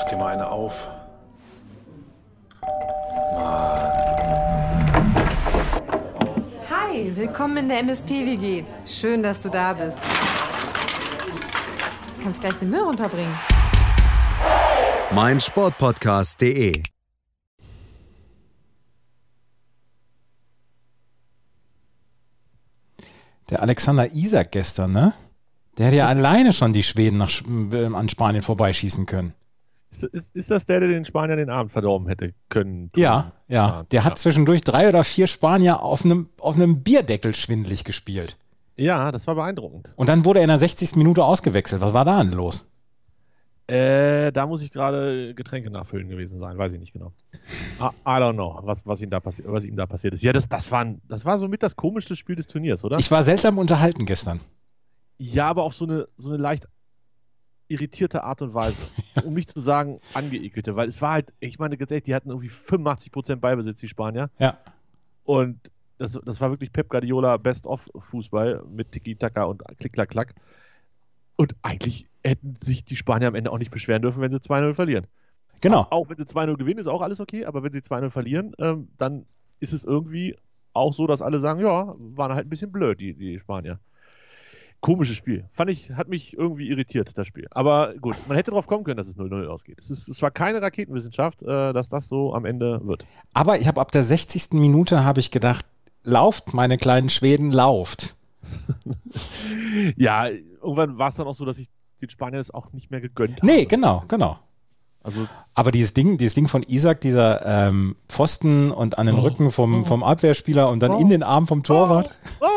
dir mal eine auf. Hi, willkommen in der MSP-WG. Schön, dass du da bist. Du kannst gleich den Müll runterbringen. meinsportpodcast.de. Der Alexander Isak gestern, ne? Der hätte ja alleine schon die Schweden an Spanien vorbeischießen können. Ist das der den Spanier den Abend verdorben hätte können? Ja. Der hat zwischendurch 3 oder 4 Spanier auf einem Bierdeckel schwindelig gespielt. Ja, das war beeindruckend. Und dann wurde er in der 60. Minute ausgewechselt. Was war da denn los? Da muss ich gerade Getränke nachfüllen gewesen sein, weiß ich nicht genau. I don't know, was ihm da passiert ist. Ja, das war somit das komischste Spiel des Turniers, oder? Ich war seltsam unterhalten gestern. Ja, aber auf so eine leicht irritierte Art und Weise. Um nicht zu sagen, angeekelte, weil es war halt, ich meine, ganz ehrlich, die hatten irgendwie 85% Ballbesitz, die Spanier. Ja. Und das war wirklich Pep Guardiola Best-of-Fußball mit Tiki-Taka und Klick-Klack-Klack. Und eigentlich hätten sich die Spanier am Ende auch nicht beschweren dürfen, wenn sie 2-0 verlieren. Genau. Auch wenn sie 2-0 gewinnen, ist auch alles okay, aber wenn sie 2-0 verlieren, dann ist es irgendwie auch so, dass alle sagen, ja, waren halt ein bisschen blöd, die Spanier. Komisches Spiel. Hat mich irgendwie irritiert, das Spiel. Aber gut, man hätte drauf kommen können, dass es 0-0 ausgeht. Es war keine Raketenwissenschaft, dass das so am Ende wird. Aber ich habe ab der 60. Minute gedacht, lauft, meine kleinen Schweden, lauft. Ja, irgendwann war es dann auch so, dass ich den Spaniern das auch nicht mehr gegönnt habe. Nee, genau. Also, aber dieses Ding von Isak, dieser Pfosten und an den Rücken vom Abwehrspieler und dann in den Arm vom Torwart.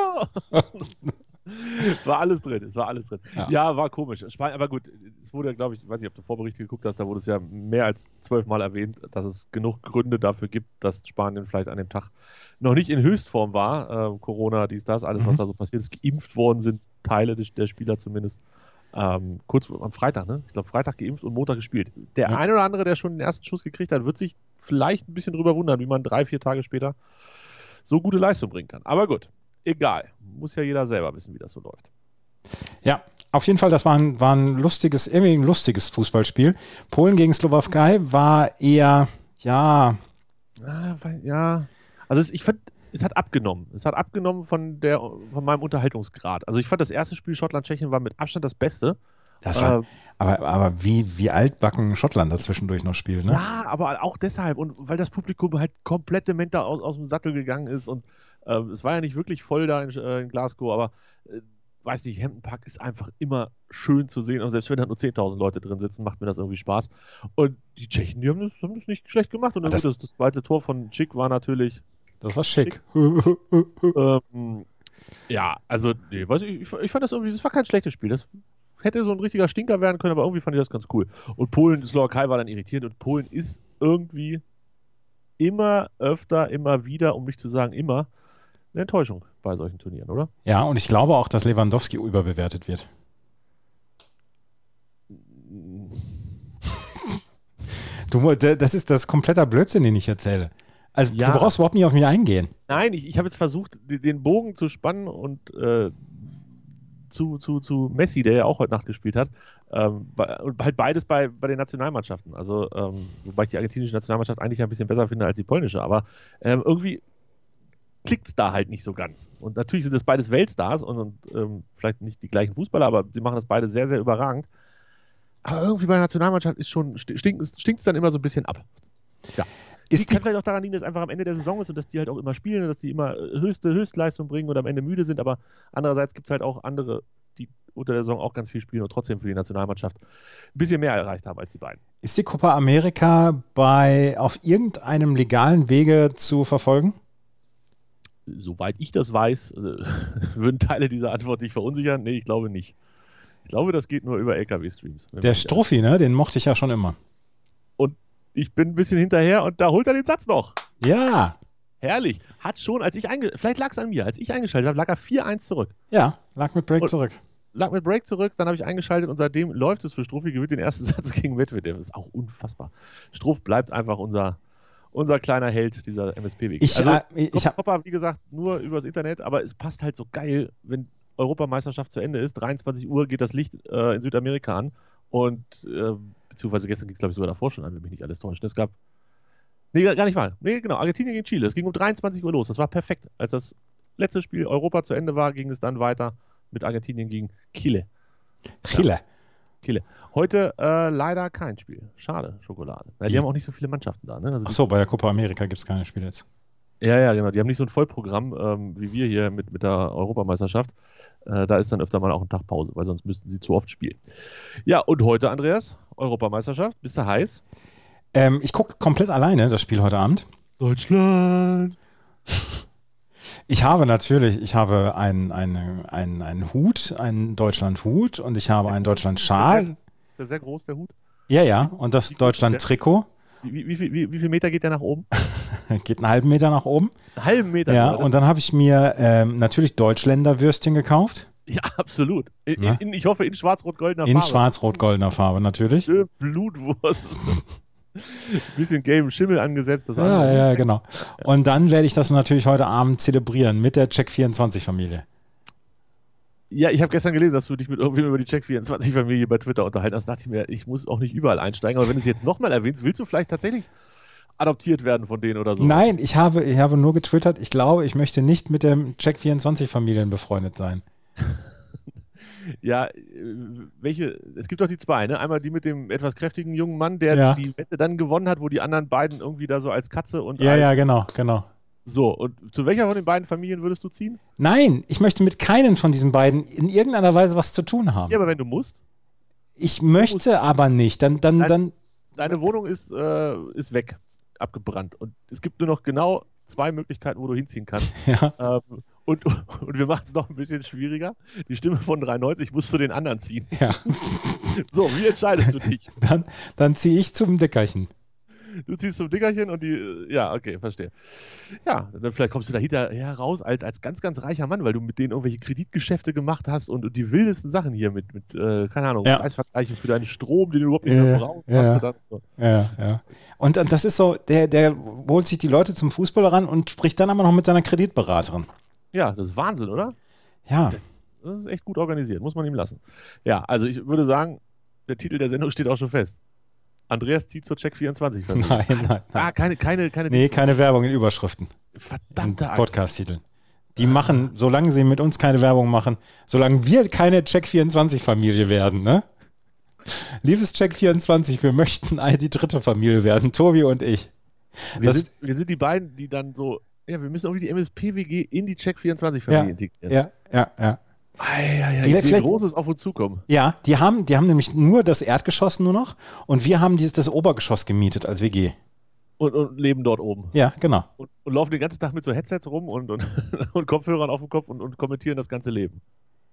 Es war alles drin. Ja, war komisch. Aber gut, es wurde, glaube ich weiß nicht, ob du Vorberichte geguckt hast, da wurde es ja mehr als 12 Mal erwähnt, dass es genug Gründe dafür gibt, dass Spanien vielleicht an dem Tag noch nicht in Höchstform war. Corona, dies, das, alles, was da so passiert ist. Geimpft worden sind Teile der Spieler zumindest. Kurz am Freitag, ne? Ich glaube, Freitag geimpft und Montag gespielt. Der ein oder andere, der schon den ersten Schuss gekriegt hat, wird sich vielleicht ein bisschen drüber wundern, wie man 3-4 Tage später so gute Leistung bringen kann. Aber gut. Egal. Muss ja jeder selber wissen, wie das so läuft. Ja, auf jeden Fall, das war ein lustiges Fußballspiel. Polen gegen Slowakei war eher, ja. Also ich fand, es hat abgenommen. Es hat abgenommen von meinem Unterhaltungsgrad. Also ich fand, das erste Spiel Schottland-Tschechien war mit Abstand das Beste. Das war, aber wie altbacken Schottland das zwischendurch noch spielt, ne? Ja, aber auch deshalb. Und weil das Publikum halt komplett dement da aus dem Sattel gegangen ist und es war ja nicht wirklich voll da in Glasgow, aber weiß nicht, Hampden Park ist einfach immer schön zu sehen und selbst wenn da nur 10.000 Leute drin sitzen, macht mir das irgendwie Spaß. Und die Tschechen, die haben das nicht schlecht gemacht und das zweite Tor von Schick war natürlich... Das war schick. Ja, also nee, ich fand das irgendwie, das war kein schlechtes Spiel, das hätte so ein richtiger Stinker werden können, aber irgendwie fand ich das ganz cool. Und Slowakei war dann irritierend und Polen ist irgendwie immer wieder, um nicht zu sagen immer, eine Enttäuschung bei solchen Turnieren, oder? Ja, und ich glaube auch, dass Lewandowski überbewertet wird. Das ist kompletter Blödsinn, den ich erzähle. Also ja. Du brauchst überhaupt nicht auf mich eingehen. Nein, ich habe jetzt versucht, den Bogen zu spannen und zu Messi, der ja auch heute Nacht gespielt hat. Und halt beides bei den Nationalmannschaften. Also, wobei ich die argentinische Nationalmannschaft eigentlich ein bisschen besser finde als die polnische, aber irgendwie klickt es da halt nicht so ganz. Und natürlich sind das beides Weltstars und vielleicht nicht die gleichen Fußballer, aber sie machen das beide sehr, sehr überragend. Aber irgendwie bei der Nationalmannschaft ist schon, stinkt es dann immer so ein bisschen ab. Ja. Das kann vielleicht auch daran liegen, dass es einfach am Ende der Saison ist und dass die halt auch immer spielen und dass die immer Höchstleistung bringen und am Ende müde sind, aber andererseits gibt es halt auch andere, die unter der Saison auch ganz viel spielen und trotzdem für die Nationalmannschaft ein bisschen mehr erreicht haben als die beiden. Ist die Copa America auf irgendeinem legalen Wege zu verfolgen? Soweit ich das weiß, würden Teile dieser Antwort sich verunsichern. Nee, ich glaube nicht. Ich glaube, das geht nur über LKW-Streams. Der Strophi, ne? Den mochte ich ja schon immer. Und ich bin ein bisschen hinterher und da holt er den Satz noch. Ja. Herrlich. Hat schon, vielleicht lag es an mir, als ich eingeschaltet habe, lag er 4-1 zurück. Ja, lag mit Break zurück. Dann habe ich eingeschaltet und seitdem läuft es für Strophi, gewinnt den ersten Satz gegen Medvedev. Das ist auch unfassbar. Struff bleibt einfach unser kleiner Held dieser MSP-Weg. Copa, wie gesagt, nur übers Internet, aber es passt halt so geil, wenn Europameisterschaft zu Ende ist. 23 Uhr geht das Licht in Südamerika an und beziehungsweise gestern ging es, glaube ich, sogar davor schon an, wenn mich nicht alles täuscht. Es gab, nee, gar nicht wahr. Nee, genau, Argentinien gegen Chile. Es ging um 23 Uhr los. Das war perfekt. Als das letzte Spiel Europa zu Ende war, ging es dann weiter mit Argentinien gegen Chile. Chile. Chile. Heute leider kein Spiel. Schade, Schokolade. Ja, die haben auch nicht so viele Mannschaften da. Ne? Also Achso, bei der Copa America gibt es keine Spiele jetzt. Ja, genau. Die haben nicht so ein Vollprogramm wie wir hier mit der Europameisterschaft. Da ist dann öfter mal auch ein Tag Pause, weil sonst müssten sie zu oft spielen. Ja, und heute, Andreas, Europameisterschaft. Bist du heiß? Ich gucke komplett alleine das Spiel heute Abend. Deutschland! Ich habe einen Hut, einen Deutschland-Hut und ich habe einen Deutschland-Schal. Ist der sehr groß, der Hut? Ja, und das Deutschland-Trikot. Wie viel Meter geht der nach oben? Geht einen halben Meter nach oben. Einen halben Meter? Ja, und dann habe ich mir natürlich Deutschländer-Würstchen gekauft. Ja, absolut. Ja. Ich hoffe in schwarz-rot-goldener Farbe. In schwarz-rot-goldener Farbe, natürlich. Schön Blutwurst. Bisschen gelben Schimmel angesetzt. Das Ja, genau. Und dann werde ich das natürlich heute Abend zelebrieren mit der Check24-Familie. Ja, ich habe gestern gelesen, dass du dich mit irgendwem über die Check24-Familie bei Twitter unterhalten hast. Da dachte ich mir, ich muss auch nicht überall einsteigen. Aber wenn du es jetzt nochmal erwähnst, willst du vielleicht tatsächlich adoptiert werden von denen oder so? Nein, ich habe nur getwittert, ich glaube, ich möchte nicht mit den Check24-Familien befreundet sein. Ja, es gibt doch die zwei, ne? Einmal die mit dem etwas kräftigen jungen Mann, der die Wette dann gewonnen hat, wo die anderen beiden irgendwie da so als Katze und Ja, genau. So, und zu welcher von den beiden Familien würdest du ziehen? Nein, ich möchte mit keinen von diesen beiden in irgendeiner Weise was zu tun haben. Ja, aber wenn du musst? Ich möchte aber nicht. Dann. Deine Wohnung ist weg, abgebrannt. Und es gibt nur noch genau 2 Möglichkeiten, wo du hinziehen kannst. Ja. Und wir machen es noch ein bisschen schwieriger. Die Stimme von 93 musst du den anderen ziehen. Ja. So, wie entscheidest du dich? Dann ziehe ich zum Dickerchen. Du ziehst zum Dickerchen und ja, okay, verstehe. Ja, dann vielleicht kommst du da hinterher raus als ganz, ganz reicher Mann, weil du mit denen irgendwelche Kreditgeschäfte gemacht hast und die wildesten Sachen hier mit keine Ahnung, Preisvergleichen für deinen Strom, den du überhaupt nicht mehr brauchst. Ja. Und das ist so, der holt sich die Leute zum Fußball ran und spricht dann aber noch mit seiner Kreditberaterin. Ja, das ist Wahnsinn, oder? Ja. Das ist echt gut organisiert, muss man ihm lassen. Ja, also ich würde sagen, der Titel der Sendung steht auch schon fest. Andreas zieht zur Check24. Nein. Keine Werbung in Überschriften. Verdammte Angst. Podcast-Titeln. Die machen, solange sie mit uns keine Werbung machen, solange wir keine Check24-Familie werden, ne? Liebes Check24, wir möchten die dritte Familie werden, Tobi und ich. Wir sind die beiden, die dann so, ja, wir müssen irgendwie die MSP-WG in die Check24-Familie integrieren. Ja. Wie Großes auf uns zukommen. Ja, die haben nämlich nur das Erdgeschoss nur noch und wir haben das Obergeschoss gemietet als WG. Und leben dort oben. Ja, genau. Und laufen den ganzen Tag mit so Headsets rum und Kopfhörern auf dem Kopf und kommentieren das ganze Leben.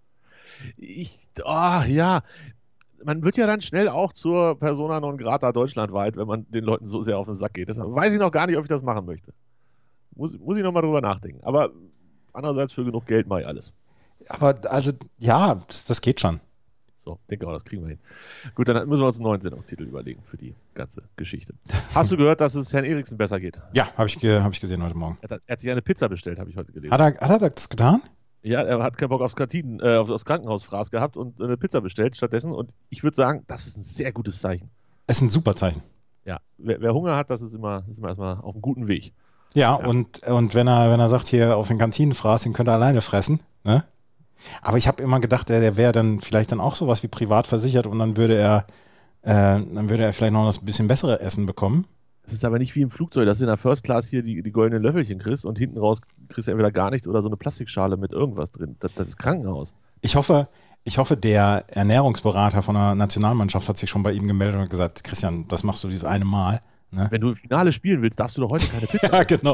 Man wird ja dann schnell auch zur Persona non grata deutschlandweit, wenn man den Leuten so sehr auf den Sack geht. Deshalb weiß ich noch gar nicht, ob ich das machen möchte. Muss ich noch mal drüber nachdenken. Aber andererseits für genug Geld mache ich alles. Aber also, ja, das geht schon. So, denke auch, das kriegen wir hin. Gut, dann müssen wir uns einen neuen Sendungstitel überlegen für die ganze Geschichte. Hast du gehört, dass es Herrn Eriksen besser geht? Ja, habe ich gesehen heute Morgen. Er hat sich eine Pizza bestellt, habe ich heute gelesen. Hat er das getan? Ja, er hat keinen Bock aufs Krankenhausfraß gehabt und eine Pizza bestellt stattdessen. Und ich würde sagen, das ist ein sehr gutes Zeichen. Es ist ein super Zeichen. Ja, wer Hunger hat, das ist immer erstmal auf einem guten Weg. Ja. Und wenn er sagt, hier auf den Kantinenfraß, den könnt ihr alleine fressen, ne? Aber ich habe immer gedacht, der wäre dann vielleicht dann auch sowas wie privat versichert und dann würde er vielleicht noch ein bisschen bessere Essen bekommen. Das ist aber nicht wie im Flugzeug, dass du in der First Class hier die goldenen Löffelchen kriegst und hinten raus kriegst du entweder gar nichts oder so eine Plastikschale mit irgendwas drin. Das ist Krankenhaus. Ich hoffe, der Ernährungsberater von der Nationalmannschaft hat sich schon bei ihm gemeldet und gesagt, Christian, das machst du dieses eine Mal. Ne? Wenn du im Finale spielen willst, darfst du doch heute keine Pizza. Ja, genau.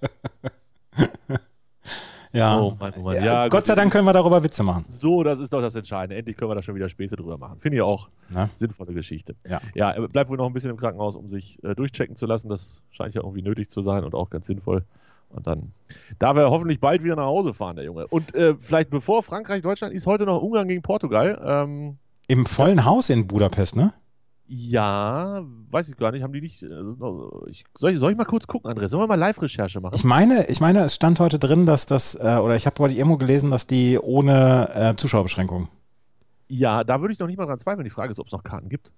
Ja. Oh Mann. Ja, Gott sei Dank können wir darüber Witze machen. So, das ist doch das Entscheidende. Endlich können wir da schon wieder Späße drüber machen. Finde ich auch sinnvolle Geschichte. Ja, er bleibt wohl noch ein bisschen im Krankenhaus, um sich durchchecken zu lassen. Das scheint ja irgendwie nötig zu sein und auch ganz sinnvoll. Und dann darf er hoffentlich bald wieder nach Hause fahren, der Junge. Und vielleicht bevor Frankreich, Deutschland ist heute noch Ungarn gegen Portugal. Im vollen Haus in Budapest, ne? Ja, weiß ich gar nicht. Haben die nicht. Soll ich mal kurz gucken, André? Sollen wir mal Live-Recherche machen? Ich meine, es stand heute drin, dass oder ich habe heute irgendwo gelesen, dass die ohne Zuschauerbeschränkungen. Ja, da würde ich noch nicht mal dran zweifeln. Die Frage ist, ob es noch Karten gibt.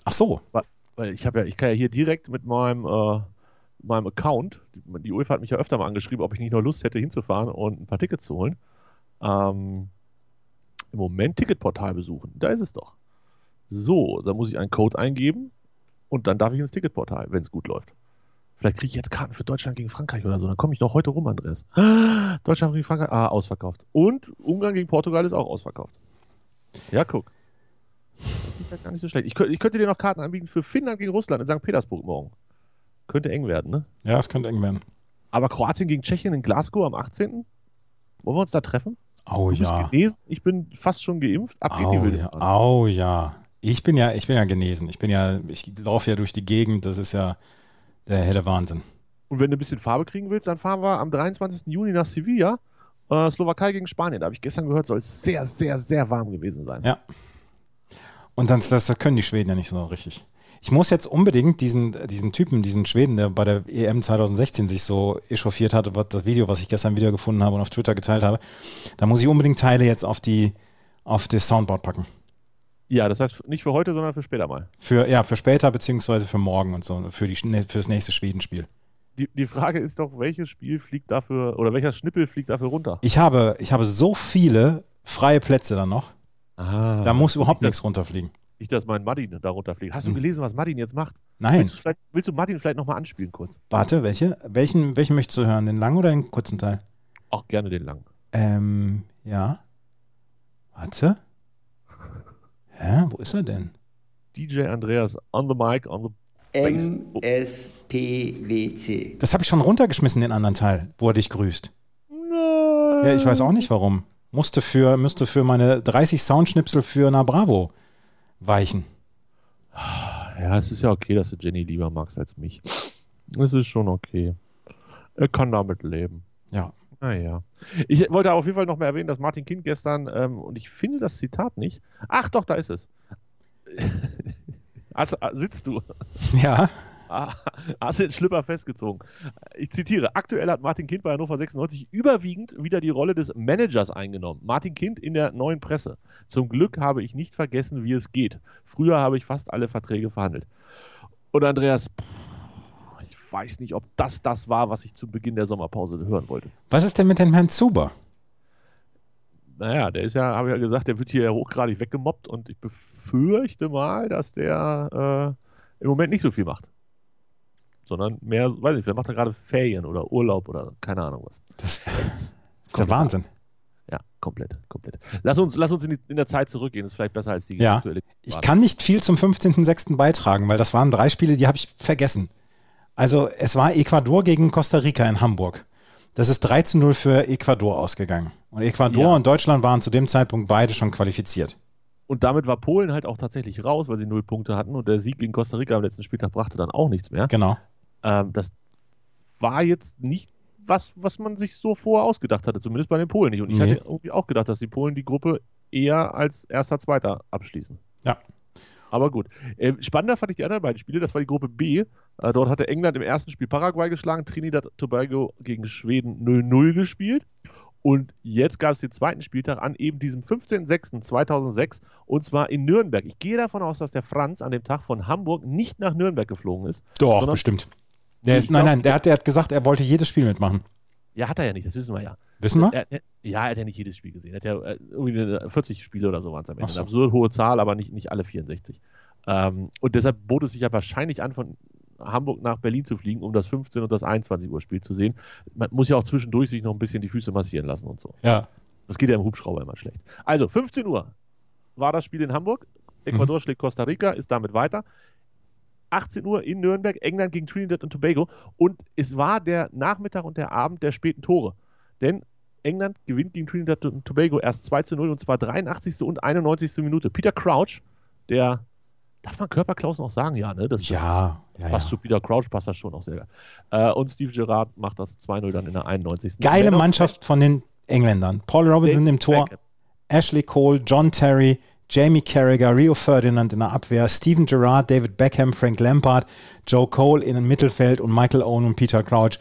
Ach so. Weil ich kann ja hier direkt mit meinem Account, die UEFA hat mich ja öfter mal angeschrieben, ob ich nicht noch Lust hätte hinzufahren und ein paar Tickets zu holen. Im Moment Ticketportal besuchen. Da ist es doch. So, da muss ich einen Code eingeben und dann darf ich ins Ticketportal, wenn es gut läuft. Vielleicht kriege ich jetzt Karten für Deutschland gegen Frankreich oder so. Dann komme ich doch heute rum, Andreas. Deutschland gegen Frankreich, ausverkauft. Und Ungarn gegen Portugal ist auch ausverkauft. Ja, guck. Das ist ja gar nicht so schlecht. Ich könnte dir noch Karten anbieten für Finnland gegen Russland in St. Petersburg morgen. Könnte eng werden, ne? Ja, es könnte eng werden. Aber Kroatien gegen Tschechien in Glasgow am 18. Wollen wir uns da treffen? Oh Du bist ja. genesen, ich bin fast schon geimpft. Ab geht die Oh wilde ja. Fahrt. Oh ja. Ich bin ja genesen. Ich laufe ja durch die Gegend. Das ist ja der helle Wahnsinn. Und wenn du ein bisschen Farbe kriegen willst, dann fahren wir am 23. Juni nach Sevilla. Slowakei gegen Spanien. Da habe ich gestern gehört, soll es sehr, sehr, sehr warm gewesen sein. Ja. Und das können die Schweden ja nicht so richtig. Ich muss jetzt unbedingt diesen Schweden, der bei der EM 2016 sich so echauffiert hatte, das Video, was ich gestern wieder gefunden habe und auf Twitter geteilt habe, da muss ich unbedingt Teile jetzt auf das Soundboard packen. Ja, das heißt nicht für heute, sondern für später mal. Für später beziehungsweise für morgen und so, fürs nächste Schwedenspiel. Die Frage ist doch, welches Spiel fliegt dafür, oder welcher Schnippel fliegt dafür runter? Ich habe so viele freie Plätze dann noch, da muss überhaupt nicht, nichts runterfliegen. Nicht, dass mein Martin da runterfliegt. Hast du gelesen, was Martin jetzt macht? Nein. Willst du Martin vielleicht nochmal anspielen kurz? Warte, welchen möchtest du hören? Den langen oder den kurzen Teil? Auch gerne den langen. Ja. Warte. Hä, wo ist er denn? DJ Andreas on the mic, on the bass. MSPWC. Das habe ich schon runtergeschmissen, den anderen Teil, wo er dich grüßt. Nein. Ja, ich weiß auch nicht warum. Müsste für meine 30 Soundschnipsel für Na Bravo weichen. Ja, es ist ja okay, dass du Jenny lieber magst als mich. Es ist schon okay. Er kann damit leben. Ja. Naja. Ich wollte auf jeden Fall noch mal erwähnen, dass Martin Kind gestern, und ich finde das Zitat nicht. Ach doch, da ist es. Sitzt du? Ja. Hast du den Schlüpper festgezogen. Ich zitiere, aktuell hat Martin Kind bei Hannover 96 überwiegend wieder die Rolle des Managers eingenommen. Martin Kind in der Neuen Presse. Zum Glück habe ich nicht vergessen, wie es geht. Früher habe ich fast alle Verträge verhandelt. Und Andreas, ich weiß nicht, ob das war, was ich zu Beginn der Sommerpause hören wollte. Was ist denn mit dem Herrn Zuber? Naja, der ist ja, habe ich ja gesagt, der wird hier hochgradig weggemobbt und ich befürchte mal, dass der im Moment nicht so viel macht. Sondern mehr, weiß nicht, wer macht da gerade Ferien oder Urlaub oder keine Ahnung was. Das ist der Wahnsinn. Ja, komplett. Lass uns in der Zeit zurückgehen, das ist vielleicht besser als die aktuelle. Ich kann nicht viel zum 15.06. beitragen, weil das waren 3 Spiele, die habe ich vergessen. Also es war Ecuador gegen Costa Rica in Hamburg. Das ist 3-0 für Ecuador ausgegangen. Und Ecuador und Deutschland waren zu dem Zeitpunkt beide schon qualifiziert. Und damit war Polen halt auch tatsächlich raus, weil sie 0 Punkte hatten und der Sieg gegen Costa Rica am letzten Spieltag brachte dann auch nichts mehr. Genau. Das war jetzt nicht was man sich so vorher ausgedacht hatte, zumindest bei den Polen nicht. Und ich hatte irgendwie auch gedacht, dass die Polen die Gruppe eher als Erster, Zweiter abschließen. Ja. Aber gut. Spannender fand ich die anderen beiden Spiele. Das war die Gruppe B. Dort hatte England im ersten Spiel Paraguay geschlagen, Trinidad Tobago gegen Schweden 0-0 gespielt. Und jetzt gab es den zweiten Spieltag an eben diesem 15.06.2006 und zwar in Nürnberg. Ich gehe davon aus, dass der Franz an dem Tag von Hamburg nicht nach Nürnberg geflogen ist. Doch, bestimmt. Der hat gesagt, er wollte jedes Spiel mitmachen. Ja, hat er ja nicht, das wissen wir ja. Wissen wir? Er hat ja nicht jedes Spiel gesehen. Er hat ja irgendwie 40 Spiele oder so waren es am Ende. So. Eine absurd hohe Zahl, aber nicht alle 64. Und deshalb bot es sich ja wahrscheinlich an, von Hamburg nach Berlin zu fliegen, um das 15 und das 21 Uhr Spiel zu sehen. Man muss ja auch zwischendurch sich noch ein bisschen die Füße massieren lassen und so. Ja. Das geht ja im Hubschrauber immer schlecht. Also, 15 Uhr war das Spiel in Hamburg. Ecuador schlägt Costa Rica, ist damit weiter. 18 Uhr in Nürnberg, England gegen Trinidad und Tobago. Und es war der Nachmittag und der Abend der späten Tore. Denn England gewinnt gegen Trinidad und Tobago erst 2-0 und zwar 83. und 91. Minute. Peter Crouch, der, darf man Körperklaus noch sagen? Ja, ne? Das passt zu Peter Crouch, passt das schon auch sehr geil. Und Steve Gerrard macht das 2-0 dann in der 91. Geile Mannschaft von den Engländern. Paul Robinson im Tor, Ashley Cole, John Terry, Jamie Carragher, Rio Ferdinand in der Abwehr, Steven Gerrard, David Beckham, Frank Lampard, Joe Cole in dem Mittelfeld und Michael Owen und Peter Crouch.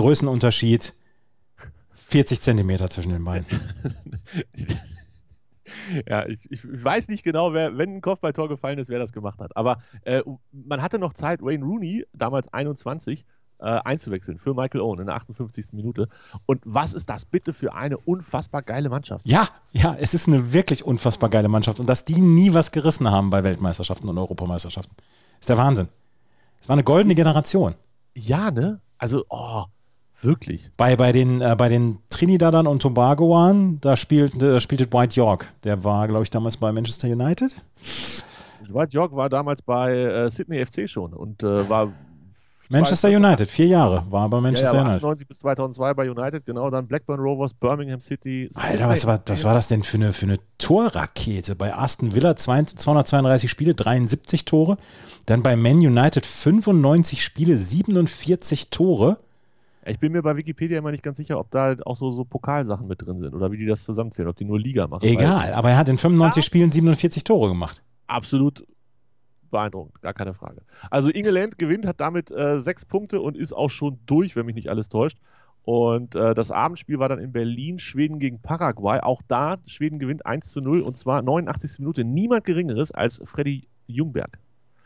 Größenunterschied 40 Zentimeter zwischen den beiden. Ja, ich weiß nicht genau, wenn ein Kopfballtor gefallen ist, wer das gemacht hat. Aber man hatte noch Zeit, Wayne Rooney, damals 21, einzuwechseln für Michael Owen in der 58. Minute. Und was ist das bitte für eine unfassbar geile Mannschaft? Ja, es ist eine wirklich unfassbar geile Mannschaft. Und dass die nie was gerissen haben bei Weltmeisterschaften und Europameisterschaften, ist der Wahnsinn. Es war eine goldene Generation. Ja, ne? Also, wirklich. Bei den Trinidadern und Tobagoern, da spielte Dwight York. Der war, glaube ich, damals bei Manchester United. Dwight York war damals bei Sydney FC schon und war Manchester United, 4 Jahre war bei Manchester United. 98 bis 2002 bei United, genau, dann Blackburn Rovers, Birmingham City. Alter, was war das denn für eine Torrakete? Bei Aston Villa 232 Spiele, 73 Tore. Dann bei Man United 95 Spiele, 47 Tore. Ich bin mir bei Wikipedia immer nicht ganz sicher, ob da auch so Pokalsachen mit drin sind oder wie die das zusammenzählen, ob die nur Liga machen. Egal, aber er hat in 95 Spielen 47 Tore gemacht. Absolut beeindruckend, gar keine Frage. Also England gewinnt, hat damit 6 Punkte und ist auch schon durch, wenn mich nicht alles täuscht. Und das Abendspiel war dann in Berlin, Schweden gegen Paraguay. Auch da, Schweden gewinnt 1:0 und zwar 89. Minute. Niemand Geringeres als Freddy Ljungberg.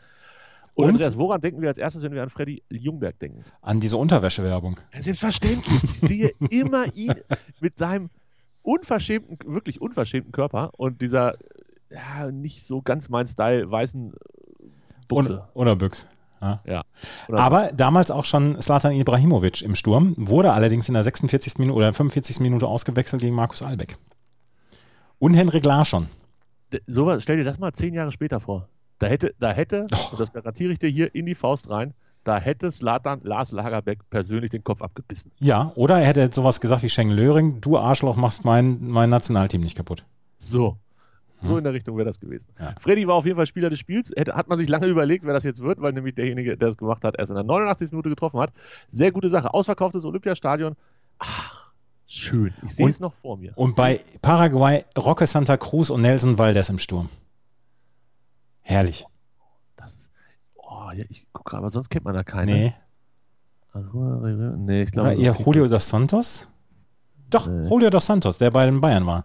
Und Andreas, woran denken wir als erstes, wenn wir an Freddy Ljungberg denken? An diese Unterwäschewerbung. Selbstverständlich. Ich sehe immer ihn mit seinem wirklich unverschämten Körper und dieser nicht so ganz mein Style weißen Buchse. Oder Büchs. Ja. Aber damals auch schon Zlatan Ibrahimovic im Sturm, wurde allerdings in der 46. Minute oder 45. Minute ausgewechselt gegen Markus Albeck. Und Henrik Larsson. Sowas, stell dir das mal 10 Jahre später vor. Da hätte, und das garantiere ich dir hier in die Faust rein, da hätte Zlatan Lars Lagerbeck persönlich den Kopf abgebissen. Ja, oder er hätte jetzt sowas gesagt wie Schengen Löring, du Arschloch machst mein Nationalteam nicht kaputt. So in der Richtung wäre das gewesen. Ja. Freddy war auf jeden Fall Spieler des Spiels. Hat man sich lange überlegt, wer das jetzt wird, weil nämlich derjenige, der es gemacht hat, erst in der 89. Minute getroffen hat. Sehr gute Sache. Ausverkauftes Olympiastadion. Ach, schön. Ich sehe es noch vor mir. Und bei Paraguay Roque Santa Cruz und Nelson Valdez im Sturm. Herrlich. Das ist, ich gucke gerade, aber sonst kennt man da keinen. Nee. Ich glaube. Oder Julio dos Santos? Doch, Julio dos Santos, der bei den Bayern war.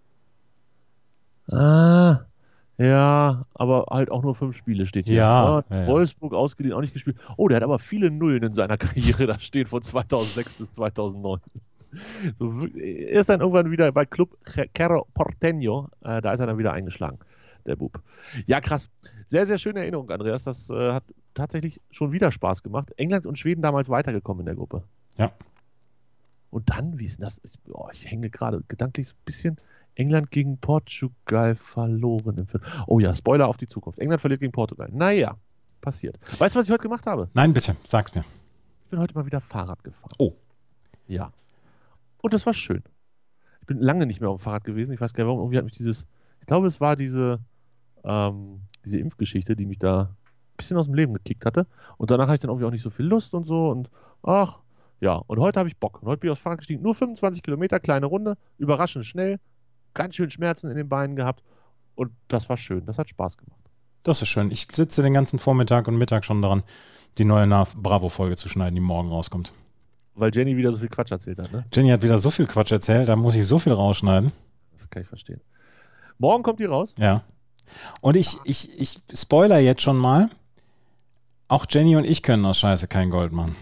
Ja, aber halt auch nur 5 Spiele steht hier. Ja. Wolfsburg ausgeliehen, auch nicht gespielt. Oh, der hat aber viele Nullen in seiner Karriere da stehen, von 2006 bis 2009. Er ist dann irgendwann wieder bei Club Cerro Porteño, da ist er dann wieder eingeschlagen, der Bub. Ja, krass. Sehr, sehr schöne Erinnerung, Andreas. Das hat tatsächlich schon wieder Spaß gemacht. England und Schweden damals weitergekommen in der Gruppe. Ja. Und dann, wie ist denn das? Ich hänge gerade gedanklich so ein bisschen. England gegen Portugal verloren. Oh ja, Spoiler auf die Zukunft. England verliert gegen Portugal. Naja, passiert. Weißt du, was ich heute gemacht habe? Nein, bitte, sag's mir. Ich bin heute mal wieder Fahrrad gefahren. Oh. Ja. Und das war schön. Ich bin lange nicht mehr auf dem Fahrrad gewesen. Ich weiß gar nicht, warum. Irgendwie hat mich ich glaube, es war diese Impfgeschichte, die mich da ein bisschen aus dem Leben gekickt hatte. Und danach hatte ich dann irgendwie auch nicht so viel Lust und so. Und und heute habe ich Bock. Und heute bin ich aufs Fahrrad gestiegen. Nur 25 Kilometer, kleine Runde, überraschend schnell. Ganz schön Schmerzen in den Beinen gehabt und das war schön, das hat Spaß gemacht. Das ist schön. Ich sitze den ganzen Vormittag und Mittag schon daran, die neue Bravo-Folge zu schneiden, die morgen rauskommt. Weil Jenny wieder so viel Quatsch erzählt hat, ne? Jenny hat wieder so viel Quatsch erzählt, da muss ich so viel rausschneiden. Das kann ich verstehen. Morgen kommt die raus? Ja. Und ich spoiler jetzt schon mal, auch Jenny und ich können aus Scheiße kein Gold machen.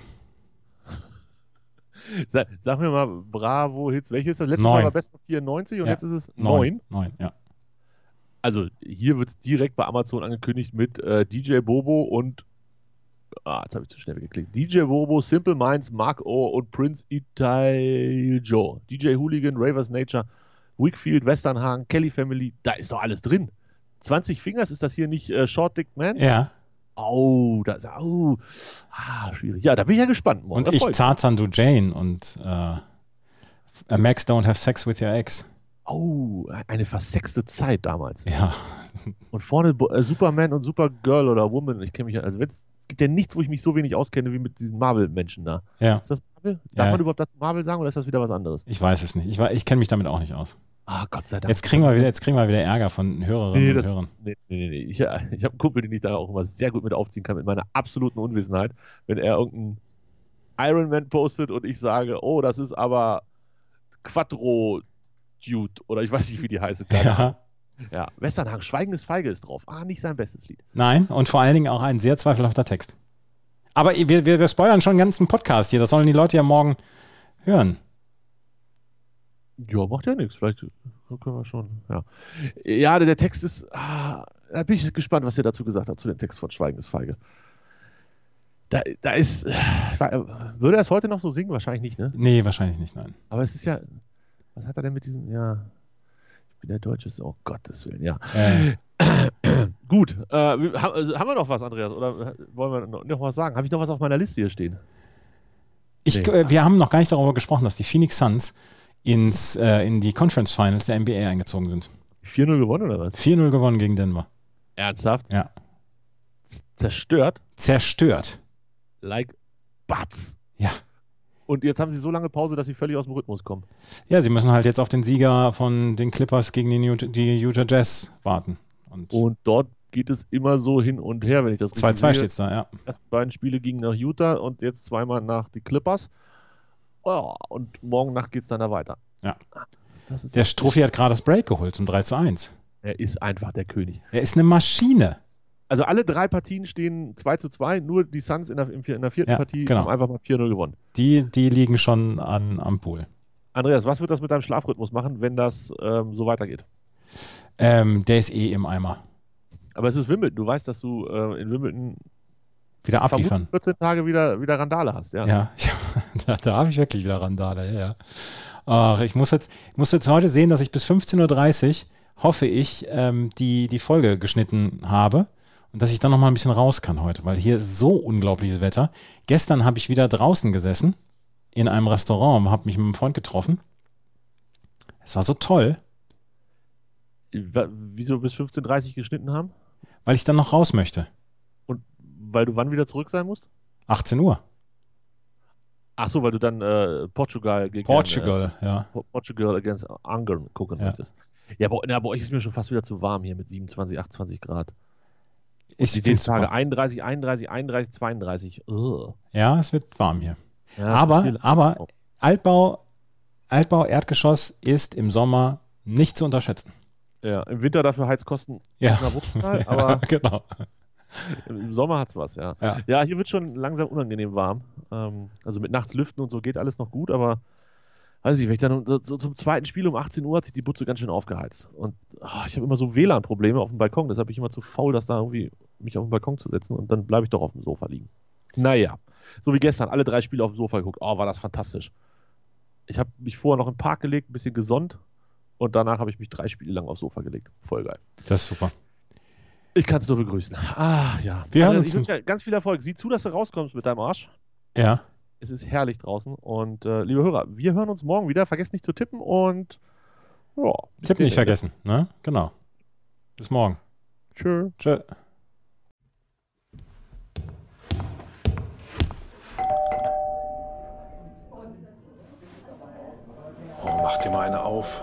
Sag mir mal, Bravo-Hits, welches ist das? Letztes 9. Mal war Best of 94 und jetzt ist es 9. 9, ja. Also hier wird es direkt bei Amazon angekündigt mit DJ Bobo und jetzt habe ich zu schnell weggeklickt. DJ Bobo, Simple Minds, Mark O und Prince Italjo. DJ Hooligan, Ravers Nature, Wickfield, Westernhagen, Kelly Family, da ist doch alles drin. 20 Fingers, ist das hier nicht Short Dick Man? Ja. Schwierig. Ja, da bin ich ja gespannt. Morgen. Und ich Tarzan, du Jane und Max don't have sex with your ex. Eine versexte Zeit damals. Ja. Und vorne Superman und Supergirl oder Woman. Ich kenne mich ja, also es gibt ja nichts, wo ich mich so wenig auskenne wie mit diesen Marvel-Menschen da. Ja. Ist das Marvel? Darf man überhaupt dazu Marvel sagen oder ist das wieder was anderes? Ich weiß es nicht. Ich kenne mich damit auch nicht aus. Gott sei Dank. Jetzt kriegen wir wieder Ärger von Hörerinnen und Hörern. Nee. Ich habe einen Kumpel, den ich da auch immer sehr gut mit aufziehen kann, mit meiner absoluten Unwissenheit. Wenn er irgendeinen Iron Man postet und ich sage, das ist aber Quattro Dude oder ich weiß nicht, wie die heißen kann. Ja. Ja, Westernhagen, Schweigendes Feige ist drauf. Nicht sein bestes Lied. Nein, und vor allen Dingen auch ein sehr zweifelhafter Text. Aber wir spoilern schon einen ganzen Podcast hier. Das sollen die Leute ja morgen hören. Ja, macht ja nichts. Vielleicht können wir schon. Ja, der Text ist. Da bin ich gespannt, was ihr dazu gesagt habt, zu dem Text von Schweigendes Feige. Da ist. Würde er es heute noch so singen? Wahrscheinlich nicht, ne? Nee, wahrscheinlich nicht, nein. Aber es ist ja. Was hat er denn mit diesem. Ja. Ich bin der Deutsche. Oh Gottes Willen, ja. Gut. Haben wir noch was, Andreas? Oder wollen wir noch was sagen? Habe ich noch was auf meiner Liste hier stehen? Wir haben noch gar nicht darüber gesprochen, dass die Phoenix Suns in die Conference Finals der NBA eingezogen sind. 4-0 gewonnen oder was? 4-0 gewonnen gegen Denver. Ernsthaft? Ja. Zerstört? Zerstört. Like Batz. Ja. Und jetzt haben sie so lange Pause, dass sie völlig aus dem Rhythmus kommen. Ja, sie müssen halt jetzt auf den Sieger von den Clippers gegen die Utah Jazz warten. Und dort geht es immer so hin und her, wenn ich das richtig sehe. 2-2 steht es da, ja. Die ersten beiden Spiele gingen nach Utah und jetzt zweimal nach die Clippers. Oh, und morgen Nacht geht es dann da weiter. Ja. Der Struffi hat gerade das Break geholt zum 3-1. Er ist einfach der König. Er ist eine Maschine. Also alle 3 Partien stehen 2-2, nur die Suns in der vierten Partie haben einfach mal 4-0 gewonnen. Die liegen schon am Pool. Andreas, was wird das mit deinem Schlafrhythmus machen, wenn das so weitergeht? Der ist im Eimer. Aber es ist Wimbledon. Du weißt, dass du in Wimbledon wieder abliefern. 14 Tage wieder Randale hast, ja? Ja, da habe ich wirklich wieder Randale, ja. Ich muss jetzt heute sehen, dass ich bis 15.30 Uhr, hoffe ich, die Folge geschnitten habe und dass ich dann noch mal ein bisschen raus kann heute, weil hier ist so unglaubliches Wetter. Gestern habe ich wieder draußen gesessen in einem Restaurant und habe mich mit einem Freund getroffen. Es war so toll. Wieso bis 15.30 Uhr geschnitten haben? Weil ich dann noch raus möchte. Und weil du wann wieder zurück sein musst? 18 Uhr. Ach so, weil du dann Portugal against Ungarn gucken möchtest. Ja, bei euch ist mir schon fast wieder zu warm hier mit 27, 28 Grad. Die nächsten Tage 31, 32. Ugh. Ja, es wird warm hier. Ja, aber Altbau Erdgeschoss ist im Sommer nicht zu unterschätzen. Ja, im Winter dafür Heizkosten Wuppertal, aber genau. Im Sommer hat's was, ja. Ja, hier wird schon langsam unangenehm warm. Also mit nachts lüften und so geht alles noch gut, aber weiß ich, wenn ich dann so zum zweiten Spiel um 18 Uhr hat sich die Butze ganz schön aufgeheizt. Und ich habe immer so WLAN-Probleme auf dem Balkon, deshalb bin ich immer zu faul, das da irgendwie mich auf den Balkon zu setzen und dann bleibe ich doch auf dem Sofa liegen. Naja, so wie gestern, alle 3 Spiele auf dem Sofa geguckt. War das fantastisch. Ich habe mich vorher noch im Park gelegt, ein bisschen gesonnt und danach habe ich mich 3 Spiele lang aufs Sofa gelegt. Voll geil. Das ist super. Ich kann es nur begrüßen. Ja. Ich wünsche dir ganz viel Erfolg. Sieh zu, dass du rauskommst mit deinem Arsch. Ja. Es ist herrlich draußen. Und liebe Hörer, wir hören uns morgen wieder. Vergesst nicht zu tippen und Tippen nicht vergessen, ne? Genau. Bis morgen. Tschö. Oh, mach dir mal eine auf.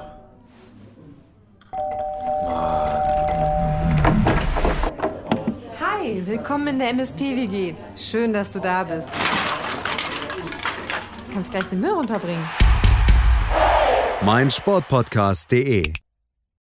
Hi, willkommen in der MSP-WG. Schön, dass du da bist. Du kannst gleich den Müll runterbringen. meinsportpodcast.de